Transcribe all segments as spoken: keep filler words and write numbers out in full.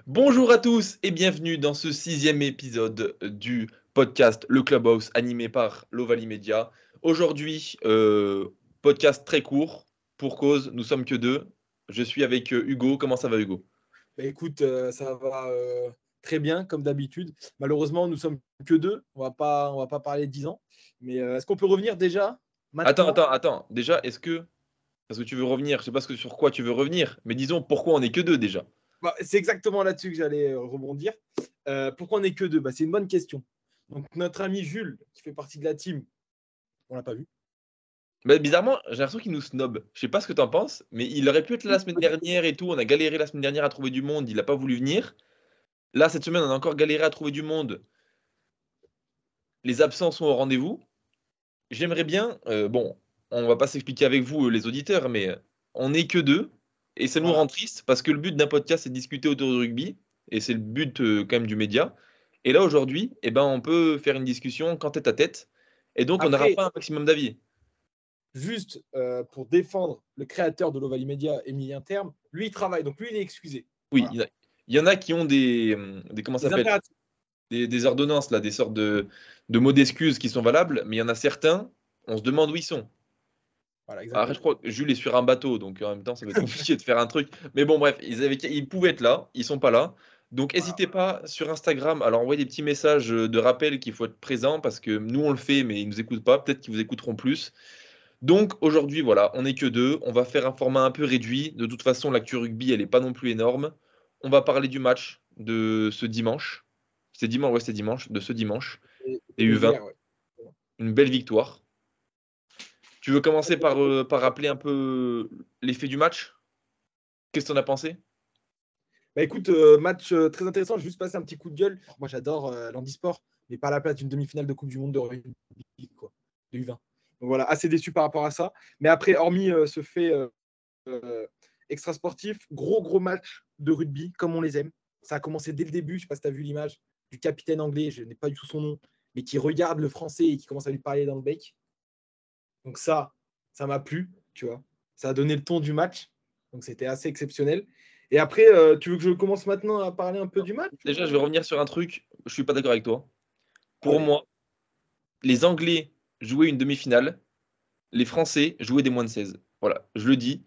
Bonjour à tous et bienvenue dans ce sixième épisode du podcast Le Clubhouse animé par l'Ovalie Media. Aujourd'hui, euh, podcast très court pour cause, nous sommes que deux. Je suis avec euh, Hugo. Comment ça va, Hugo? Bah, écoute, euh, ça va euh, très bien comme d'habitude. Malheureusement, nous sommes que deux. On va pas, on va pas parler de dix ans. Mais euh, est-ce qu'on peut revenir déjà Attends, maintenant? attends, attends. Déjà, est-ce que, parce que tu veux revenir, je sais pas ce que, sur quoi tu veux revenir, mais disons pourquoi on n'est que deux déjà. Bah, c'est exactement là-dessus que j'allais euh, rebondir. Euh, pourquoi on n'est que deux? Bah, c'est une bonne question. Donc notre ami Jules, qui fait partie de la team, on l'a pas vu. Bah, bizarrement, j'ai l'impression qu'il nous snob. Je sais pas ce que t'en penses, mais il aurait pu être là la semaine dernière et tout. On a galéré la semaine dernière à trouver du monde, il a pas voulu venir. Là, cette semaine, on a encore galéré à trouver du monde. Les absents sont au rendez-vous. J'aimerais bien, euh, bon, on va pas s'expliquer avec vous, euh, les auditeurs, mais euh, on n'est que deux, et ça nous rend Voilà. triste parce que le but d'un podcast, c'est de discuter autour du rugby, et c'est le but euh, quand même du média. Et là, aujourd'hui, eh ben, on peut faire une discussion qu'en tête à tête, et donc on n'aura Après, pas un maximum d'avis. juste euh, pour défendre le créateur de l'Ovalie Media, Emilien Terme, lui, il travaille. Donc lui, il est excusé. Oui, Voilà. il y, en a il y en a qui ont des, euh, des comment ça Les s'appelle, impératifs. des, des ordonnances, là, des sortes de, de mots d'excuses qui sont valables, mais il y en a certains, on se demande où ils sont. Voilà, Après, je exactement. crois que Jules est sur un bateau, donc en même temps, ça va être compliqué de faire un truc. Mais bon, bref, ils, avaient, ils pouvaient être là, ils sont pas là. Donc, Voilà. n'hésitez pas sur Instagram à leur envoyer des petits messages de rappel qu'il faut être présent parce que nous, on le fait, mais ils nous écoutent pas. Peut-être qu'ils vous écouteront plus. Donc, aujourd'hui, voilà, on n'est que deux. On va faire un format un peu réduit. De toute façon, l'actu rugby, elle n'est pas non plus énorme. On va parler du match de ce dimanche. C'est dimanche, ouais, c'est dimanche, de ce dimanche. Et, Des et U vingt. hier, ouais. Une belle victoire. Tu veux commencer par, euh, par rappeler un peu l'effet du match? Qu'est-ce que t'en as pensé? Bah écoute, euh, match euh, très intéressant. Je vais juste passer un petit coup de gueule. Moi, j'adore euh, l'handisport, mais pas à la place d'une demi-finale de Coupe du Monde de rugby, quoi, de U vingt. Donc voilà, assez déçu par rapport à ça. Mais après, hormis euh, ce fait euh, euh, extra sportif, gros gros match de rugby comme on les aime. Ça a commencé dès le début. Je sais pas si tu as vu l'image du capitaine anglais, je n'ai pas du tout son nom, mais qui regarde le français et qui commence à lui parler dans le bec. Donc ça, ça m'a plu, tu vois. Ça a donné le ton du match. Donc c'était assez exceptionnel. Et après, euh, tu veux que je commence maintenant à parler un peu du match Déjà, je ou... vais revenir sur un truc. Je suis pas d'accord avec toi. Pour Allez. moi, les Anglais jouaient une demi-finale, les Français jouaient des moins de seize. Voilà, je le dis.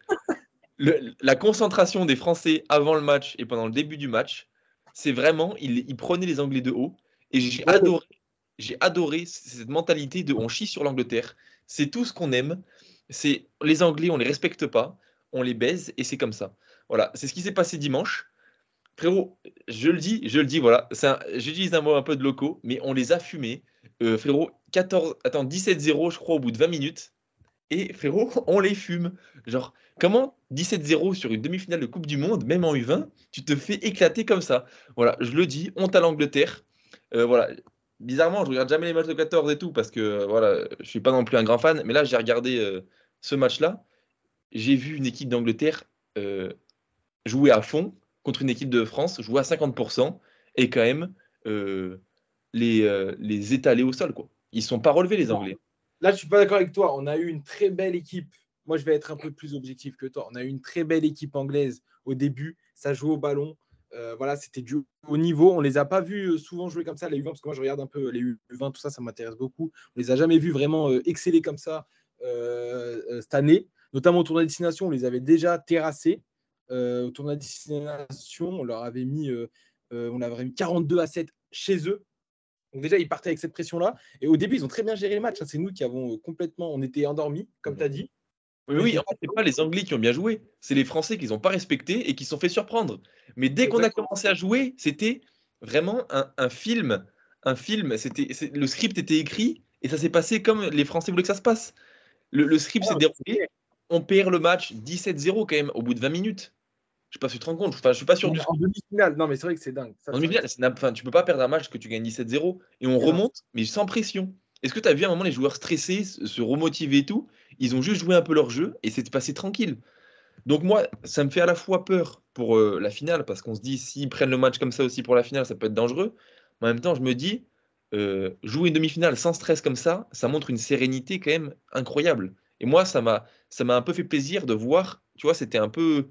Le- la concentration des Français avant le match et pendant le début du match, c'est vraiment, ils, ils prenaient les Anglais de haut. Et j'ai Ouais, mais adoré, j'ai adoré cette mentalité de on chie sur l'Angleterre. C'est tout ce qu'on aime. C'est les Anglais, on les respecte pas, on les baise et c'est comme ça. Voilà, c'est ce qui s'est passé dimanche. Frérot, je le dis, je le dis, voilà. c'est un- J'utilise un mot un peu de locaux, mais on les a fumés. Euh, frérot, quatorze, attends, dix-sept zéro, je crois, au bout de vingt minutes. Et frérot, on les fume. Genre, comment dix-sept zéro sur une demi-finale de Coupe du Monde, même en U vingt, tu te fais éclater comme ça? Voilà, je le dis, honte à l'Angleterre. Euh, voilà. Bizarrement, je regarde jamais les matchs de quatorze et tout, parce que euh, voilà, je suis pas non plus un grand fan. Mais là, j'ai regardé euh, ce match-là. J'ai vu une équipe d'Angleterre euh, jouer à fond contre une équipe de France, jouer à cinquante pour cent et quand même euh, les, euh, les étaler au sol, quoi. Ils sont pas relevés, les Anglais. là, je suis pas d'accord avec toi. On a eu une très belle équipe. Moi, je vais être un peu plus objectif que toi. On a eu une très belle équipe anglaise au début. Ça jouait au ballon. Euh, voilà, c'était du haut niveau. On les a pas vus souvent jouer comme ça, les U vingt, parce que moi, je regarde un peu les U vingt, tout ça, ça m'intéresse beaucoup. On les a jamais vus vraiment euh, exceller comme ça euh, euh, cette année. Notamment au tournoi de destination, on les avait déjà terrassés. Euh, au tournoi de destination, on leur avait mis, euh, euh, on avait mis quarante-deux à sept chez eux. Donc déjà, ils partaient avec cette pression-là. Et au début, ils ont très bien géré le match. C'est nous qui avons complètement... On était endormis, comme tu as dit. Oui, On oui, était en pas... fait, c'est pas les Anglais qui ont bien joué, c'est les Français qui n'ont pas respecté et qui se sont fait surprendre. Mais dès qu'on a Exactement. commencé à jouer, c'était vraiment un, un film. Un film, c'était, c'est- le script était écrit et ça s'est passé comme les Français voulaient que ça se passe. Le, le script s'est Ah, c'est déroulé, clair. on perd le match dix-sept zéro quand même au bout de vingt minutes. Je sais pas si tu te rends compte, enfin, je suis pas sûr du En score. demi-finale. Non, mais c'est vrai que c'est dingue. Ça, En c'est vrai que demi-finale, c'est na- enfin, tu peux pas perdre un match que tu gagnes dix-sept zéro et on c'est... Non. remonte, mais sans pression. Est-ce que tu as vu à un moment les joueurs stressés, se se remotiver et tout? Ils ont juste joué un peu leur jeu et c'est passé tranquille. Donc moi, ça me fait à la fois peur pour euh, la finale, parce qu'on se dit, s'ils prennent le match comme ça aussi pour la finale, ça peut être dangereux. Mais en même temps, je me dis, euh, jouer une demi-finale sans stress comme ça, ça montre une sérénité quand même incroyable. Et moi, ça m'a, ça m'a un peu fait plaisir de voir, tu vois, c'était un peu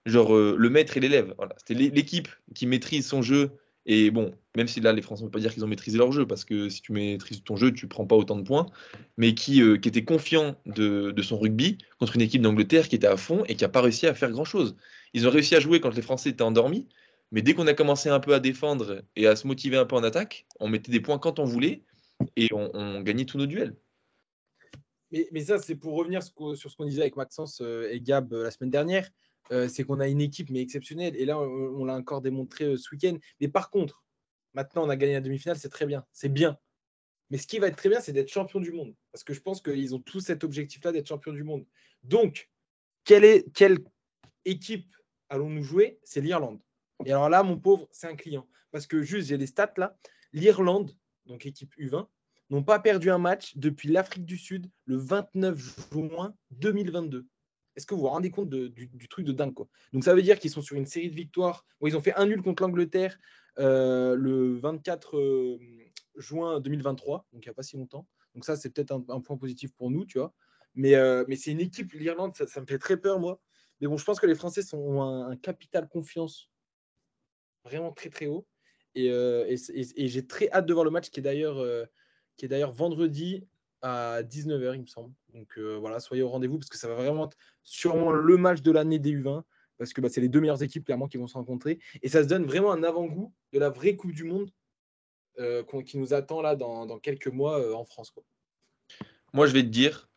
genre euh, le maître et l'élève. Voilà. C'était l'é- l'équipe qui maîtrise son jeu. Et bon, même si là, les Français ne veulent pas dire qu'ils ont maîtrisé leur jeu, parce que si tu maîtrises ton jeu, tu prends pas autant de points, mais qui, euh, qui était confiant de, de son rugby contre une équipe d'Angleterre qui était à fond et qui n'a pas réussi à faire grand-chose. Ils ont réussi à jouer quand les Français étaient endormis, mais dès qu'on a commencé un peu à défendre et à se motiver un peu en attaque, on mettait des points quand on voulait et on, on gagnait tous nos duels. Mais, mais ça, c'est pour revenir ce qu'au- sur ce qu'on disait avec Maxence euh, et Gab euh, la semaine dernière. Euh, c'est qu'on a une équipe mais exceptionnelle. Et là, on, on l'a encore démontré euh, ce week-end. Mais par contre, maintenant, on a gagné la demi-finale, c'est très bien. C'est bien. Mais ce qui va être très bien, c'est d'être champion du monde. Parce que je pense qu'ils ont tous cet objectif-là d'être champion du monde. Donc, quelle, est, quelle équipe allons-nous jouer? C'est l'Irlande. Et alors là, mon pauvre, c'est un client. Parce que juste, j'ai les stats là. L'Irlande, donc équipe U vingt, n'ont pas perdu un match depuis l'Afrique du Sud le vingt-neuf juin deux mille vingt-deux. Est-ce que vous vous rendez compte de, du, du, truc de dingue quoi? Donc ça veut dire qu'ils sont sur une série de victoires. Bon, ils ont fait un nul contre l'Angleterre euh, le vingt-quatre juin deux mille vingt-trois, donc il n'y a pas si longtemps. Donc ça, c'est peut-être un, un, point positif pour nous, tu vois. Mais, euh, mais c'est une équipe, l'Irlande, ça, ça me fait très peur, moi. Mais bon, je pense que les Français sont, ont un, un capital confiance vraiment très très haut. Et, euh, et, et, et j'ai très hâte de voir le match qui est d'ailleurs euh, qui est d'ailleurs vendredi à dix-neuf heures, il me semble. Donc euh, voilà, soyez au rendez-vous parce que ça va vraiment être sûrement le match de l'année des U vingt parce que bah, c'est les deux meilleures équipes clairement qui vont se rencontrer. Et ça se donne vraiment un avant-goût de la vraie Coupe du Monde euh, qui nous attend là dans, dans quelques mois euh, en France, quoi. Moi, je vais te dire,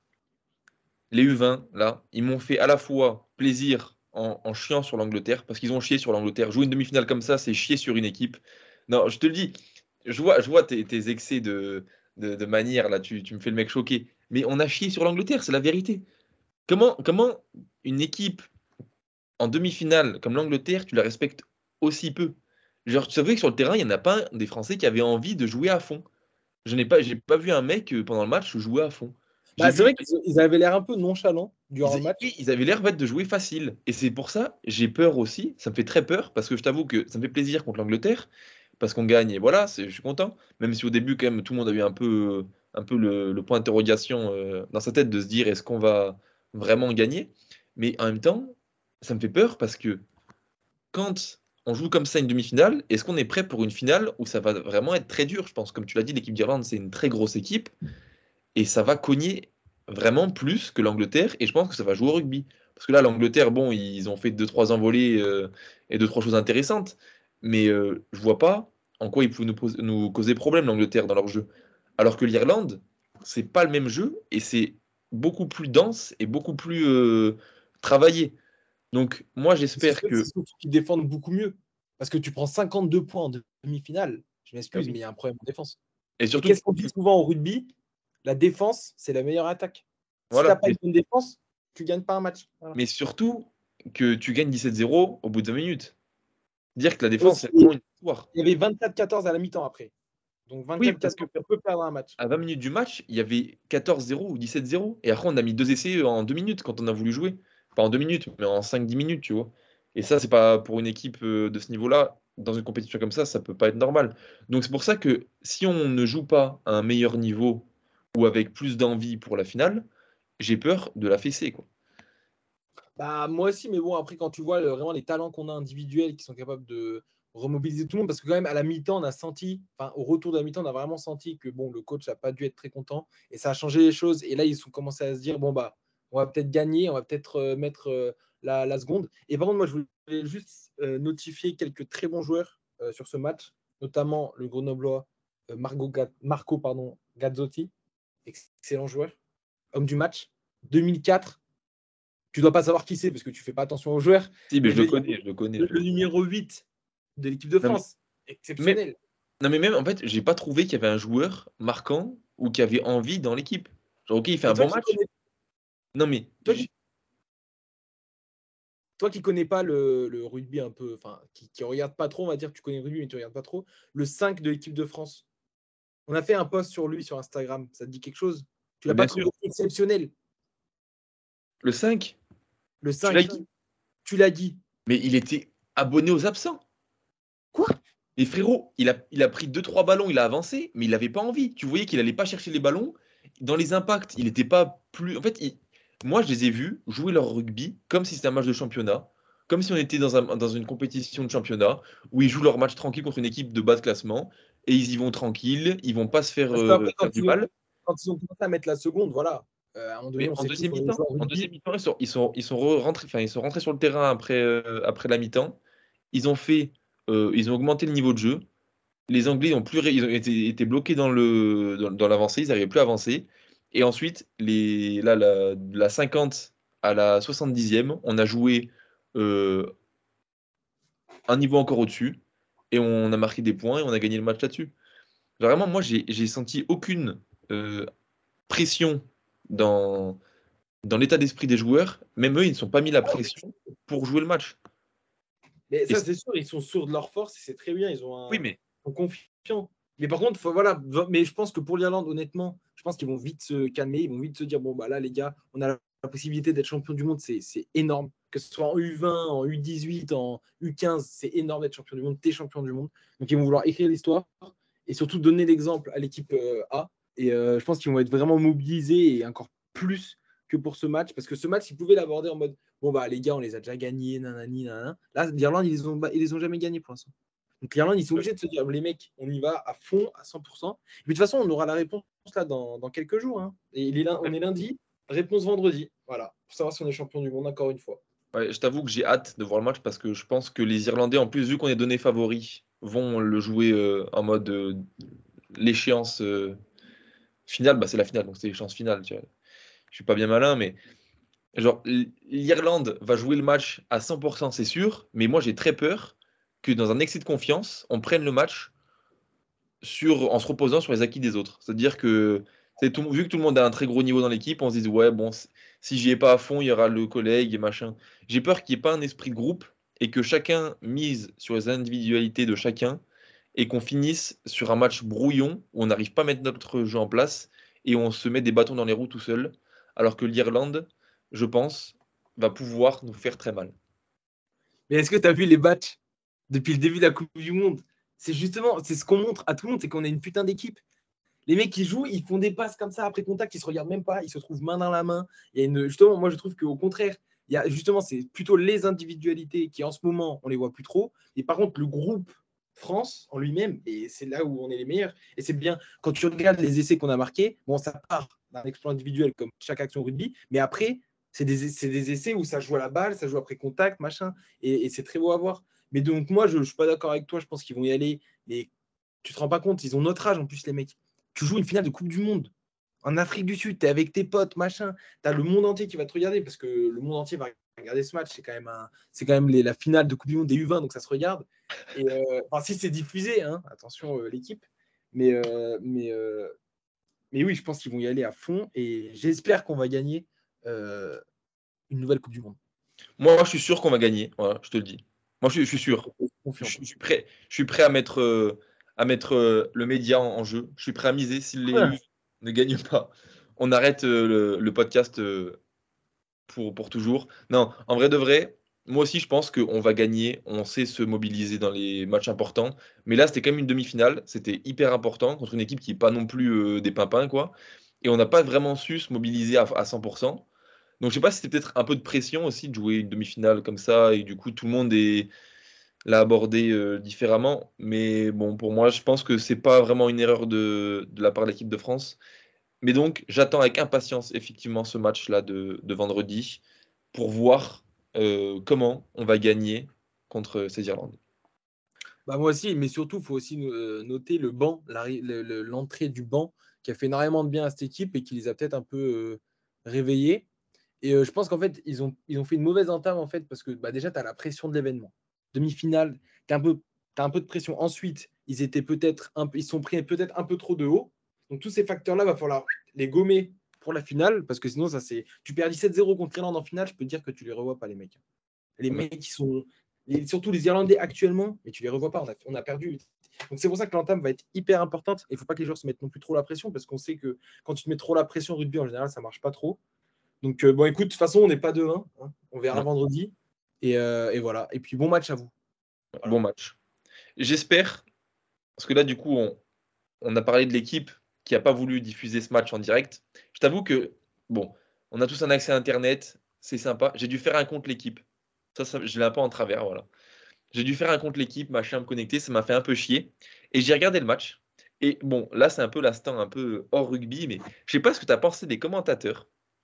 les U vingt, là, ils m'ont fait à la fois plaisir en, en chiant sur l'Angleterre, parce qu'ils ont chié sur l'Angleterre. Jouer une demi-finale comme ça, c'est chier sur une équipe. Non, je te le dis, je vois, je vois tes, tes excès de, de, de manière, là, tu, tu me fais le mec choqué. Mais on a chié sur l'Angleterre, c'est la vérité. Comment, comment une équipe en demi-finale comme l'Angleterre, tu la respectes aussi peu? Genre, tu savais que sur le terrain, il n'y en a pas un des Français qui avait envie de jouer à fond. Je n'ai pas, j'ai pas vu un mec euh, pendant le match jouer à fond. J'ai Bah, c'est vu vrai qu'ils avaient l'air un peu nonchalants durant Ils, le match. oui, ils avaient l'air en fait, de jouer facile. Et c'est pour ça, j'ai peur aussi. Ça me fait très peur parce que je t'avoue que ça me fait plaisir contre l'Angleterre parce qu'on gagne et voilà, c'est- je suis content. Même si au début, quand même, tout le monde a eu un peu, un peu le, le point d'interrogation euh, dans sa tête de se dire est-ce qu'on va vraiment gagner? Mais en même temps, ça me fait peur parce que quand on joue comme ça une demi-finale, est-ce qu'on est prêt pour une finale où ça va vraiment être très dur? Je pense, comme tu l'as dit, l'équipe d'Irlande, c'est une très grosse équipe et ça va cogner vraiment plus que l'Angleterre et je pense que ça va jouer au rugby. Parce que là, l'Angleterre, bon, ils ont fait deux trois envolées euh, et deux trois choses intéressantes, mais euh, je vois pas en quoi ils pouvaient nous, pos- nous causer problème, l'Angleterre, dans leur jeu. Alors que l'Irlande, c'est pas le même jeu et c'est beaucoup plus dense et beaucoup plus euh, travaillé. Donc, moi, C'est j'espère que. surtout qu'ils défendent beaucoup mieux. Parce que tu prends cinquante-deux points en demi-finale. Je Ah m'excuse, mais oui. il y a un problème en défense. Et Et surtout, qu'est-ce qu'on dit souvent au rugby? La défense, c'est la meilleure attaque. Si tu n'as voilà. pas une bonne défense, tu ne gagnes pas un match. Voilà. Mais surtout que tu gagnes dix-sept zéro au bout de vingt minutes. Dire que la défense, Aussi, c'est vraiment une victoire. il y avait vingt-quatre quatorze à la mi-temps après. Donc Oui, parce que vingt-quatre quatorze, on peut perdre un match. à vingt minutes du match, il y avait quatorze zéro ou dix-sept zéro. Et après, on a mis deux essais en deux minutes quand on a voulu jouer. Pas en deux minutes, mais en cinq dix minutes, tu vois. Et ça, c'est pas pour une équipe euh, de ce niveau-là, dans une compétition comme ça, ça peut pas être normal. Donc c'est pour ça que si on ne joue pas à un meilleur niveau ou avec plus d'envie pour la finale, j'ai peur de la fesser, quoi. Bah, moi aussi, mais bon, après, quand tu vois le- vraiment les talents qu'on a individuels qui sont capables de remobiliser tout le monde, parce que quand même, à la mi-temps, on a senti, enfin, au retour de la mi-temps, on a vraiment senti que bon, le coach n'a pas dû être très content et ça a changé les choses. Et là, ils ont commencé à se dire, bon, bah, on va peut-être gagner, on va peut-être euh, mettre euh, la, la seconde. Et par contre, moi, je voulais juste euh, notifier quelques très bons joueurs euh, sur ce match, notamment le Grenoblois euh, Marco, Ga- Marco pardon, Gazzotti, excellent joueur, homme du match. deux mille quatre, tu dois pas savoir qui c'est parce que tu fais pas attention aux joueurs, Si, mais mais je le le, connais, je le connais, le- je le le connais. numéro huit de l'équipe de Non, mais, France, mais- exceptionnel. non, mais même, en fait, j'ai pas trouvé qu'il y avait un joueur marquant ou qui avait envie dans l'équipe. Genre, ok, il fait Mais un toi bon qui match. connais, Non, mais toi qui, toi qui connais pas le, le rugby un peu, enfin, qui, qui regarde pas trop, on va dire que tu connais le rugby, mais tu regardes pas trop, le cinq de l'équipe de France. On a fait un post sur lui sur Instagram. Ça te dit quelque chose? Tu bah, l'as pas bien trouvé sûr. exceptionnel? Le cinq, Le tu l'as cinq, dit. tu l'as dit. Mais il était abonné aux absents. Quoi? Et frérot, il a, il a pris deux trois ballons, il a avancé, mais il n'avait pas envie. Tu voyais qu'il allait pas chercher les ballons. Dans les impacts, il n'était pas plus. En fait, il- moi, je les ai vus jouer leur rugby comme si c'était un match de championnat. comme si on était dans, un, dans une compétition de championnat où ils jouent leur match tranquille contre une équipe de bas de classement et ils y vont tranquille, ils vont pas se faire, Parce euh, qu'après, faire quand du ils ont, mal. quand ils ont commencé à mettre la seconde, voilà. Euh, à un moment donné, Mais on en sait tous deuxième qu'on est des mi-temps, joueurs de en rugby. deuxième mi-temps, ils sont, ils sont, ils sont re- rentrés, enfin, ils sont rentrés sur le terrain après, euh, après la mi-temps. Ils ont fait, euh, ils ont augmenté le niveau de jeu. Les Anglais ont plus, ré- ils ont été, été bloqués dans le, dans, dans l'avancée, ils n'arrivaient plus à avancer. Et ensuite, les, là, la, de la cinquante à la soixante-dixième, on a joué euh, un niveau encore au-dessus et on a marqué des points et on a gagné le match là-dessus. Vraiment, moi, j'ai j'ai senti aucune euh, pression dans, dans l'état d'esprit des joueurs. Même eux, ils ne sont pas mis la pression pour jouer le match. Mais Et ça, c'est- c'est sûr, ils sont sûrs de leur force et c'est très bien. Ils ont oui, un, mais sont confiants. Mais par contre, faut- voilà. Mais je pense que pour l'Irlande, honnêtement, je pense qu'ils vont vite se calmer. Ils vont vite se dire bon, bah là, les gars, on a la, la possibilité d'être champion du monde. C'est c'est énorme. Que ce soit en U vingt, en U dix-huit, en U quinze, c'est énorme d'être champion du monde. T'es champion du monde. Donc, ils vont vouloir écrire l'histoire et surtout donner l'exemple à l'équipe euh, A. Et euh, je pense qu'ils vont être vraiment mobilisés et encore plus que pour ce match. Parce que ce match, ils pouvaient l'aborder en mode bon, bah les gars, on les a déjà gagnés, nanani, nanana. Là, l'Irlande, ils les ont, ils les ont jamais gagnés pour l'instant. Donc l'Irlande, ils sont obligés de se dire les mecs, on y va à fond, à cent pour cent. Et puis de toute façon, on aura la réponse là dans, dans quelques jours. Hein. Et il est lin- on est lundi, réponse vendredi. Voilà, pour savoir si on est champion du monde encore une fois. ouais, je t'avoue que j'ai hâte de voir le match parce que je pense que les Irlandais, en plus, vu qu'on est donné favoris, vont le jouer euh, en mode euh, l'échéance euh, finale. Bah, c'est la finale, donc c'est l'échéance finale. Tu vois. Je suis pas bien malin, mais genre, l- l'Irlande va jouer le match à cent pour cent, c'est sûr, mais moi j'ai très peur que dans un excès de confiance, on prenne le match sur, en se reposant sur les acquis des autres. C'est-à-dire que, c'est tout, vu que tout le monde a un très gros niveau dans l'équipe, on se dit, ouais, bon, c- si j'y ai pas à fond, il y aura le collègue et machin. J'ai peur qu'il n'y ait pas un esprit de groupe et que chacun mise sur les individualités de chacun et qu'on finisse sur un match brouillon où on n'arrive pas à mettre notre jeu en place et on se met des bâtons dans les roues tout seul, alors que l'Irlande, je pense, va pouvoir nous faire très mal. Mais est-ce que tu as vu les matchs depuis le début de la Coupe du Monde? C'est justement, c'est ce qu'on montre à tout le monde, c'est qu'on a une putain d'équipe. Les mecs qui jouent, ils font des passes comme ça après contact, ils se regardent même pas, ils se trouvent main dans la main. Il y a une, justement, moi je trouve qu'au contraire, il y a justement, c'est plutôt les individualités qui en ce moment, on les voit plus trop. Et par contre, le groupe France en lui-même, et c'est là où on est les meilleurs. Et c'est bien, quand tu regardes les essais qu'on a marqués, bon, ça part d'un exploit individuel comme chaque action rugby, mais après, c'est des, c'est des essais où ça joue à la balle, ça joue après contact, machin, et, et c'est très beau à voir. Mais donc, moi, je ne suis pas d'accord avec toi, je pense qu'ils vont y aller, mais tu te rends pas compte, ils ont notre âge en plus, les mecs. Tu joues une finale de Coupe du Monde en Afrique du Sud, tu es avec tes potes, machin, tu as le monde entier qui va te regarder parce que le monde entier va regarder ce match. C'est quand même, un, c'est quand même les, la finale de Coupe du Monde des U vingt, donc ça se regarde. Et euh, enfin, si c'est diffusé, hein, attention euh, l'équipe. Mais, euh, mais, euh, mais oui, je pense qu'ils vont y aller à fond et j'espère qu'on va gagner euh, une nouvelle Coupe du Monde. Moi, je suis sûr qu'on va gagner, voilà, je te le dis. Moi, je, je suis sûr. Je, Confiant. je suis prêt, je suis prêt à mettre, euh, à mettre euh, le média en, en jeu. Je suis prêt à miser si les Ouais. U ne gagnent pas. On arrête euh, le, le podcast euh, pour, pour toujours. Non, en vrai de vrai, moi aussi, je pense qu'on va gagner. On sait se mobiliser dans les matchs importants. Mais là, c'était quand même une demi-finale. C'était hyper important contre une équipe qui n'est pas non plus euh, des pimpins, quoi. Et on n'a pas vraiment su se mobiliser à, à cent pour cent. Donc, je sais pas si c'était peut-être un peu de pression aussi de jouer une demi-finale comme ça. Et du coup, tout le monde est l'a abordé euh, différemment. Mais bon, pour moi, je pense que c'est pas vraiment une erreur de, de la part de l'équipe de France. Mais donc, j'attends avec impatience effectivement ce match-là de, de vendredi pour voir euh, comment on va gagner contre ces Irlandais. Bah moi aussi, mais surtout, il faut aussi euh, noter le banc, l'arri- le- le- l'entrée du banc qui a fait énormément de bien à cette équipe et qui les a peut-être un peu euh, réveillés. Et euh, je pense qu'en fait, ils ont, ils ont fait une mauvaise entame en fait parce que bah, déjà, tu as la pression de l'événement. Demi-finale, tu as un peu, t'as un peu de pression. Ensuite, ils étaient peut-être un peu, ils sont pris peut-être un peu trop de haut. Donc tous ces facteurs-là, va falloir les gommer pour la finale parce que sinon, ça c'est. Tu perds dix-sept zéro contre l'Irlande en finale, je peux te dire que tu les revois pas, les mecs. Les mecs qui sont. Les- surtout les Irlandais actuellement, mais tu les revois pas, on a, on a perdu. Donc c'est pour ça que l'entame va être hyper importante. Il ne faut pas que les joueurs se mettent non plus trop la pression parce qu'on sait que quand tu te mets trop la pression rugby, en général, ça ne marche pas trop. Donc, euh, bon, écoute, de toute façon, on n'est pas deux un. Hein. On verra Non, vendredi. Et, euh, et voilà. Et puis, bon match à vous. Voilà. bon match. J'espère, parce que là, du coup, on, on a parlé de l'équipe qui n'a pas voulu diffuser ce match en direct. Je t'avoue que, bon, on a tous un accès à Internet, c'est sympa. J'ai dû faire un compte l'équipe. Ça, ça je l'ai un peu en travers, voilà. J'ai dû faire un contre l'équipe, machin, me connecter, ça m'a fait un peu chier. Et j'ai regardé le match. Et bon, là, c'est un peu l'instant un peu hors rugby, mais je sais pas ce que tu as pensé des commentateurs,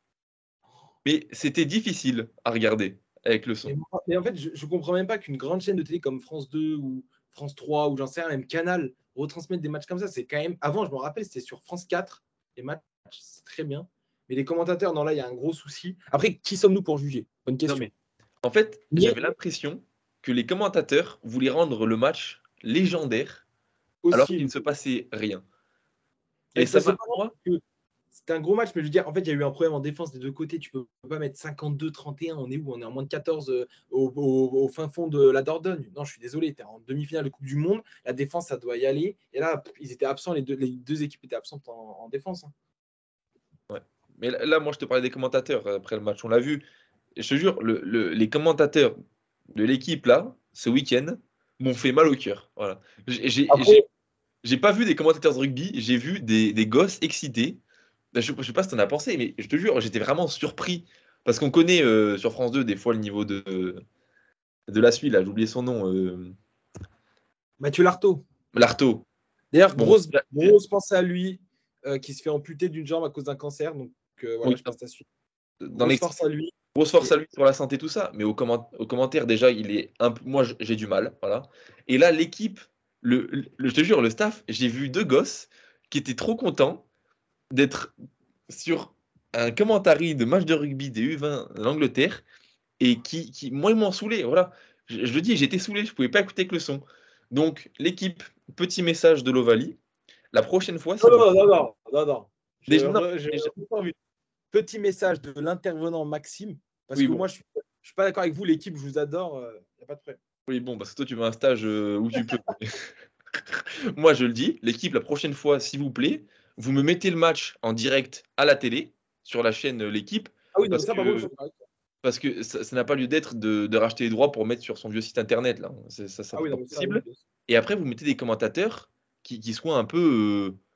mais c'était difficile à regarder avec le Mais, son. moi- mais en fait, je, je comprends même pas qu'une grande chaîne de télé comme France deux ou France trois ou j'en sais rien, même Canal, retransmettre des matchs comme ça. C'est quand même. Avant, je me rappelle, c'était sur France quatre, les matchs, c'est très bien. Mais les commentateurs, non, là, il y a un gros souci. Après, qui sommes-nous pour juger? Bonne Non, question. mais en fait, Mais j'avais l'impression que les commentateurs voulaient rendre le match légendaire alors qu'il ne aussi, se passait rien. bah, Et il se ça passait m'a, pas moi, que c'était un gros match, mais je veux dire, en fait, il y a eu un problème en défense des deux côtés. Tu peux pas mettre cinquante-deux trente et un. On est où? On est en moins de quatorze euh, au, au- au fin fond de la Dordogne. Non, je suis désolé. Tu es en demi-finale de Coupe du Monde. La défense, ça doit y aller. Et là, ils étaient absents. Les deux, les deux équipes étaient absentes en, en défense, hein. ouais. Mais là, là, moi, je te parlais des commentateurs euh, après le match, on l'a vu. Et je te jure, le- le- les commentateurs de l'équipe, là, ce week-end, m'ont fait mal au cœur. Voilà. J'ai j'ai- j'ai- Après, j'ai pas vu des commentateurs de rugby, j'ai vu des, des gosses excités. Ben, Je, je sais pas ce que t'en as pensé, mais je te jure, j'étais vraiment surpris. Parce qu'on connaît euh, sur France deux des fois le niveau de, de la suite, là, j'ai oublié son nom, euh, Mathieu Lartaud. Lartaud. D'ailleurs, Bon, grosse, là, c'est- grosse pensée à lui euh, qui se fait amputer d'une jambe à cause d'un cancer. Donc euh, voilà, oui, je passe à suite. dans Grosse les force à lui. grosse force Et à lui sur la santé, tout ça, mais au, comment, au commentaire, déjà, il est un peu, moi, j- j'ai du mal, voilà. Et là, l'équipe, le, le- je te jure, le staff, j'ai vu deux gosses qui étaient trop contents d'être sur un commentary de match de rugby des U vingt l'Angleterre et qui, qui moi, ils m'ont saoulé, voilà. Je, je le dis, j'étais saoulé, je pouvais pas écouter que le son. Donc, l'équipe, petit message de l'Ovalie, la prochaine fois, non, si vous... non, non, non, non, non. Je, Déjà, non, re- je déjà- petit message de l'intervenant Maxime, parce oui, que bon. moi, je ne suis, suis pas d'accord avec vous, l'équipe, je vous adore, il n'y a pas de problème. Oui, bon, parce que toi, tu veux un stage euh, où tu peux. Moi, je le dis, l'équipe, la prochaine fois, s'il vous plaît, vous me mettez le match en direct à la télé, sur la chaîne euh, L'équipe, Ah oui, non, mais parce ça, par contre, je que, suis d'accord avec toi. parce que ça ça n'a pas lieu d'être de, de racheter les droits pour mettre sur son vieux site internet, là. C'est- Ça, ça Ah c'est oui, pas non, mais ça, oui, possible. bien sûr. Et après, vous mettez des commentateurs qui, qui soient un peu. euh,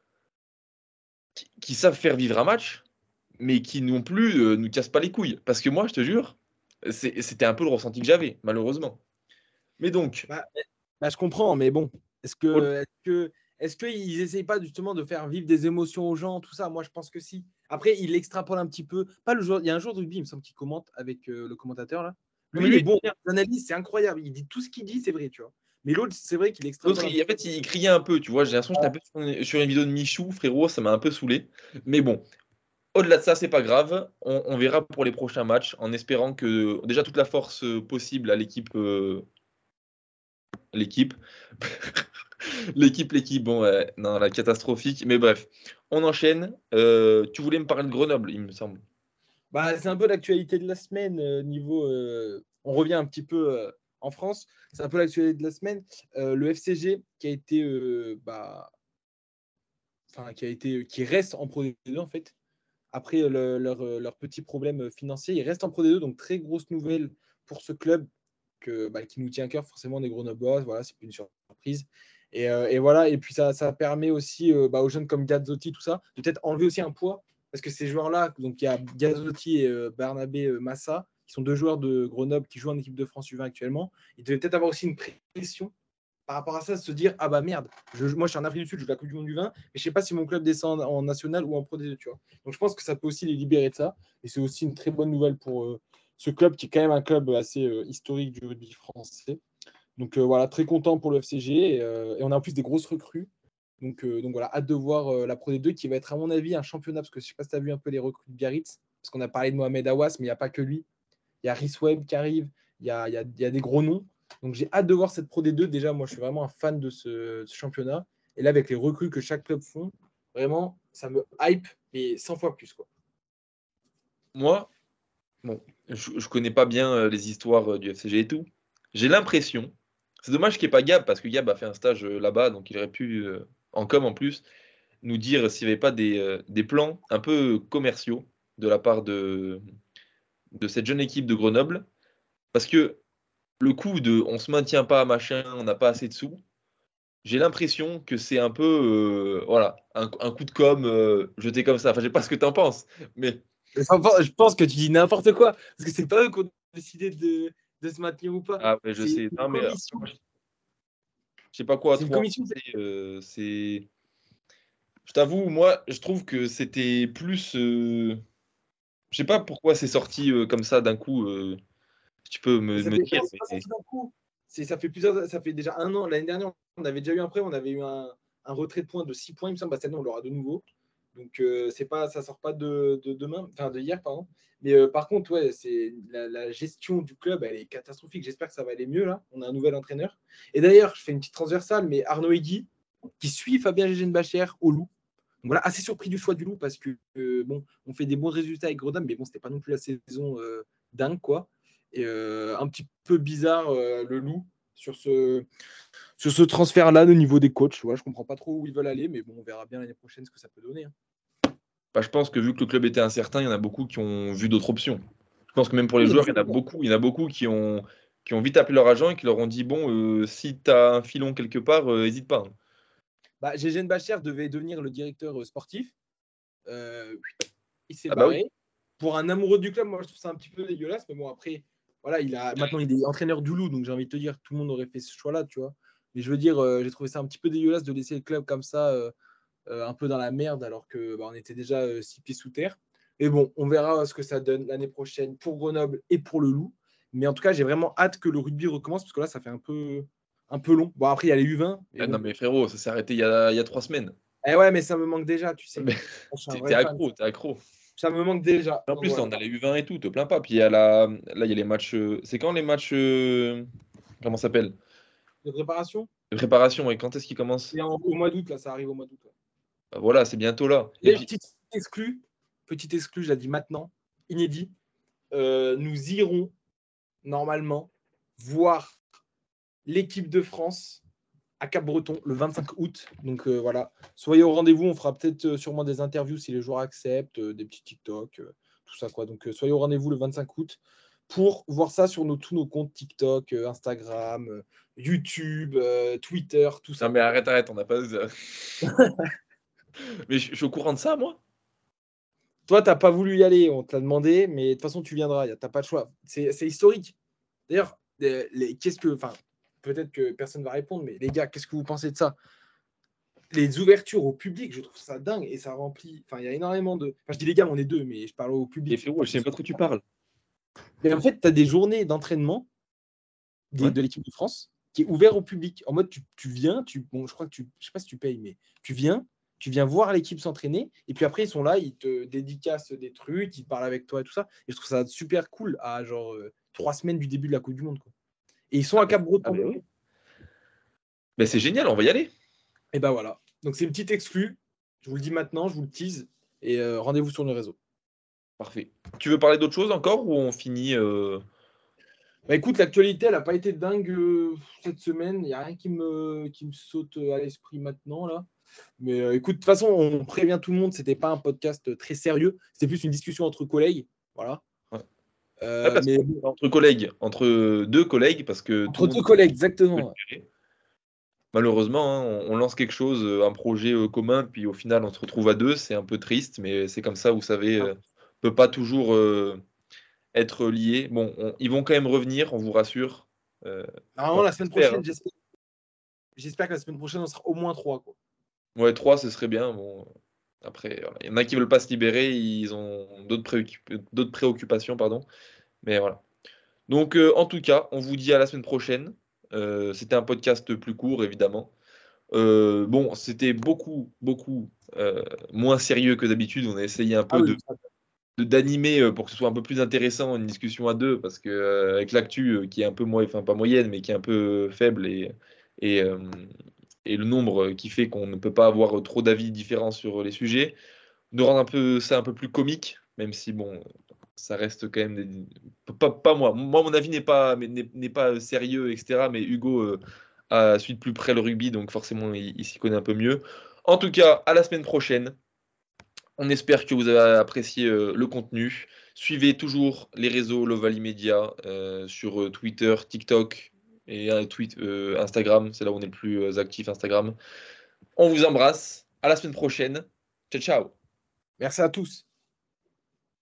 qui, qui savent faire vivre un match, mais qui non plus euh, nous cassent pas les couilles. Parce que moi, je te jure, c'est- c'était un peu le ressenti que j'avais, malheureusement. Mais donc, Bah, bah, je comprends, mais bon, est-ce au- que, est-ce que, est-ce qu'ils n'essayent pas justement de faire vivre des émotions aux gens, tout ça? Moi, je pense que si. Après, il extrapole un petit peu. Pas le jour, il y a un jour de rugby, il me semble qu'il commente avec euh, le commentateur là. non, mais Lui, il est lui, bon. L'analyse, c'est incroyable. Il dit tout ce qu'il dit, c'est vrai, tu vois. Mais l'autre, c'est vrai qu'il l'autre, extrapole un il- petit en fait, il criait un peu, tu vois. J'ai l'impression que j'étais un peu sur une, sur une vidéo de Michou, frérot, ça m'a un peu saoulé. Mais bon, au-delà de ça, c'est pas grave. On, on verra pour les prochains matchs, en espérant que déjà toute la force euh, possible à l'équipe, euh, l'équipe, l'équipe, l'équipe. Bon, ouais, non, la catastrophique. Mais bref, on enchaîne. Euh, tu voulais me parler de Grenoble, il me semble. Bah, c'est un peu l'actualité de la semaine euh, niveau. euh, on revient un petit peu euh, en France. C'est un peu l'actualité de la semaine. Euh, le F C G qui a été, euh, bah, enfin, qui a été, qui reste en Pro D deux en fait. Après euh, le- leur, euh, leur petit problème financier, ils restent en Pro D deux, donc très grosse nouvelle pour ce club que, bah, qui nous tient à cœur forcément des Grenoblois. Voilà, c'est plus une surprise. Et, euh, et voilà, et puis ça, ça permet aussi euh, bah, aux jeunes comme Gazzotti, tout ça, de peut-être enlever aussi un poids. Parce que ces joueurs-là, donc il y a Gazzotti et euh, Barnabé euh, Massa, qui sont deux joueurs de Grenoble qui jouent en équipe de France U vingt actuellement, ils devaient peut-être avoir aussi une pression par rapport à ça, se dire ah bah merde, je, moi je suis en Afrique du Sud, je joue la Coupe du Monde du vin, mais je sais pas si mon club descend en, en national ou en Pro D deux, tu vois. Donc je pense que ça peut aussi les libérer de ça, et c'est aussi une très bonne nouvelle pour euh, ce club qui est quand même un club assez euh, historique du rugby français. Donc euh, voilà, très content pour le F C G, et, euh, et on a en plus des grosses recrues. Donc, euh, donc voilà, hâte de voir euh, la Pro D deux qui va être à mon avis un championnat, parce que je sais pas si tu as vu un peu les recrues de Biarritz, parce qu'on a parlé de Mohamed Awas, mais il n'y a pas que lui. Il y a Rhys Webb qui arrive, il y a, il y a, il y a des gros noms. Donc j'ai hâte de voir cette Pro D deux. Déjà, moi, je suis vraiment un fan de ce, ce championnat. Et là, avec les recrues que chaque club font, vraiment, ça me hype, mais cent fois plus, quoi. Moi, bon, je, je connais pas bien euh, les histoires euh, du F C G et tout. J'ai l'impression, c'est dommage qu'il n'y ait pas Gab, parce que Gab a fait un stage euh, là-bas, donc il aurait pu, euh, en com en plus, nous dire s'il n'y avait pas des, euh, des plans un peu commerciaux de la part de, de cette jeune équipe de Grenoble. Parce que le coup de on se maintient pas, machin, on n'a pas assez de sous, j'ai l'impression que c'est un peu euh, voilà, un, un coup de com euh, jeté comme ça. Enfin, je sais pas ce que tu en penses, mais Je pense que tu dis n'importe quoi, parce que c'est pas eux qui ont décidé de, de se maintenir ou pas. Ah ouais, je C'est sais. une Non, mais euh, commission. moi, je je sais pas quoi C'est une trop en commission. penser. euh, c'est. Je t'avoue, moi, je trouve que c'était plus. euh, Je sais pas pourquoi c'est sorti euh, comme ça d'un coup. euh, si tu peux Mais me, ça me fait, dire. non, c'est pas Mais... sorti d'un coup. C'est, ça fait plusieurs, ça fait déjà un an. L'année dernière, on avait déjà eu un prêt, on avait eu un, un retrait de points de six points, il me semble. Bah, cette année, on l'aura de nouveau. Donc, euh, c'est pas, ça sort pas de, de demain, enfin de hier, pardon. Mais euh, par contre, ouais, c'est la, la gestion du club, elle est catastrophique. J'espère que ça va aller mieux là. On a un nouvel entraîneur. Et d'ailleurs, je fais une petite transversale, mais Arnaud Hegui, qui suit Fabien Gégenbacher au Loup. Donc voilà, assez surpris du choix du Loup parce que euh, bon, on fait des bons résultats avec Grenoble, mais bon, c'était pas non plus la saison euh, dingue quoi. Et euh, un petit peu bizarre euh, le Loup sur ce sur ce transfert-là au niveau des coachs. Voilà, je comprends pas trop où ils veulent aller, mais bon, on verra bien l'année prochaine ce que ça peut donner. Hein. Bah, je pense que vu que le club était incertain, il y en a beaucoup qui ont vu d'autres options. Je pense que même pour les Oui, mais joueurs, il y en a c'est bon. beaucoup, il y en a beaucoup qui ont, qui ont vite appelé leur agent et qui leur ont dit, bon, euh, si tu as un filon quelque part, n'hésite pas. Hein. Bah, Gégène Bacher devait devenir le directeur sportif. Euh, il s'est Ah bah oui. barré. Pour un amoureux du club, moi je trouve ça un petit peu dégueulasse, mais bon après, voilà, il a maintenant il est entraîneur du Loup, donc j'ai envie de te dire, tout le monde aurait fait ce choix-là, tu vois. Mais je veux dire, euh, j'ai trouvé ça un petit peu dégueulasse de laisser le club comme ça, euh, euh, un peu dans la merde, alors que bah, on était déjà euh, six pieds sous terre. Et bon, on verra ce que ça donne l'année prochaine pour Grenoble et pour le Loup. Mais en tout cas, j'ai vraiment hâte que le rugby recommence, parce que là, ça fait un peu, un peu long. Bon, après, il y a les U vingt, mais Ah non bon. mais frérot, ça s'est arrêté il y a, il y a trois semaines. Eh ouais, mais ça me manque déjà, tu sais. Mais Moi, je suis un t'es t'es vrai fan. accro, t'es accro. Ça me manque déjà. En Donc plus, là, voilà. on a les U vingt et tout, te plains pas. Puis il y a la, là, il y a les matchs. euh, C'est quand les matchs. euh, Comment ça s'appelle? De préparation. De préparation, et quand est-ce qu'ils commencent? Et en- au mois d'août, là, ça arrive au mois d'août. Ouais. Bah, voilà, c'est bientôt là. Et Et puis, petite exclue, petite exclue, je la dis maintenant, inédit. Euh, nous irons normalement voir l'équipe de France à Cap-Breton le vingt-cinq août. Donc euh, voilà, soyez au rendez-vous. On fera peut-être euh, sûrement des interviews si les joueurs acceptent, euh, des petits TikTok, euh, tout ça quoi. Donc euh, soyez au rendez-vous le vingt-cinq août pour voir ça sur nos, tous nos comptes TikTok, euh, Instagram, euh, YouTube, euh, Twitter, tout non ça. mais arrête, arrête, on n'a pas. Mais je je suis au courant de ça, moi. Toi, tu n'as pas voulu y aller, on te l'a demandé, mais de toute façon, tu viendras. Tu n'as pas le choix. C'est c'est historique. D'ailleurs, euh, les- qu'est-ce que. Enfin, peut-être que personne ne va répondre, mais les gars, qu'est-ce que vous pensez de ça? Les ouvertures au public, je trouve ça dingue et ça remplit. Enfin, il y a énormément de. Enfin, je dis les gars, on est deux, mais je parle au Et public. frérot, je sais même pas de quoi tu parles. Mais en fait, tu as des journées d'entraînement des- Ouais. de l'équipe de France qui est ouvert au public. En mode, tu, tu viens, tu, bon, je crois que tu, je sais pas si tu payes, mais tu viens, tu viens voir l'équipe s'entraîner, et puis après, ils sont là, ils te dédicacent des trucs, ils parlent avec toi et tout ça. Et je trouve ça super cool à genre euh, trois semaines du début de la Coupe du Monde. Quoi. Et ils sont Ah à mais, ah Cap-Breton. mais oui. Mais c'est génial, on va y aller. Et ben voilà. Donc c'est une petite exclue. Je vous le dis maintenant, je vous le tease. Et euh, rendez-vous sur nos réseaux. Parfait. Tu veux parler d'autre chose encore ou on finit euh, Bah écoute, l'actualité, elle n'a pas été dingue euh, cette semaine. Il n'y a rien qui me, qui me saute à l'esprit maintenant, là. Mais euh, écoute, de toute façon, on prévient tout le monde, c'était pas un podcast très sérieux. C'était plus une discussion entre collègues. Voilà. ouais. Ouais, Euh, parce que mais entre collègues, entre deux collègues, parce que tout entre le monde deux collègues, peut le exactement. gérer. Malheureusement, hein, on, on lance quelque chose, euh, un projet euh, commun, puis au final, on se retrouve à deux. C'est un peu triste, mais c'est comme ça, vous savez, euh, on peut pas toujours euh, être liés. Bon, on- ils vont quand même revenir, on vous rassure. Euh, Normalement, enfin, la semaine j'espère, prochaine, hein. j'espère, j'espère que la semaine prochaine, on sera au moins trois. Quoi. Ouais, trois, ce serait bien. Bon, après, voilà. Il y en a qui veulent pas se libérer, ils ont d'autres préoccup- d'autres préoccupations, pardon. Mais voilà. Donc, euh, en tout cas, on vous dit à la semaine prochaine. Euh, c'était un podcast plus court, évidemment. Euh, bon, c'était beaucoup, beaucoup euh, moins sérieux que d'habitude. On a essayé un Ah peu oui, de de- d'animer euh, pour que ce soit un peu plus intéressant une discussion à deux, parce que euh, avec l'actu euh, qui est un peu moins, enfin pas moyenne, mais qui est un peu faible et et, euh, et le nombre qui fait qu'on ne peut pas avoir trop d'avis différents sur les sujets, nous rend un peu ça un peu plus comique, même si bon, ça reste quand même des- pas, pas moi. Moi, mon avis n'est pas mais n'est n'est pas sérieux, et cetera. Mais Hugo euh, a suivi de plus près le rugby, donc forcément il, il s'y connaît un peu mieux. En tout cas, à la semaine prochaine. On espère que vous avez apprécié euh, le contenu. Suivez toujours les réseaux Lovali Media euh, sur euh, Twitter, TikTok et euh, tweet, euh, Instagram. C'est là où on est le plus euh, actif, Instagram. On vous embrasse. À la semaine prochaine. Ciao, ciao. merci à tous.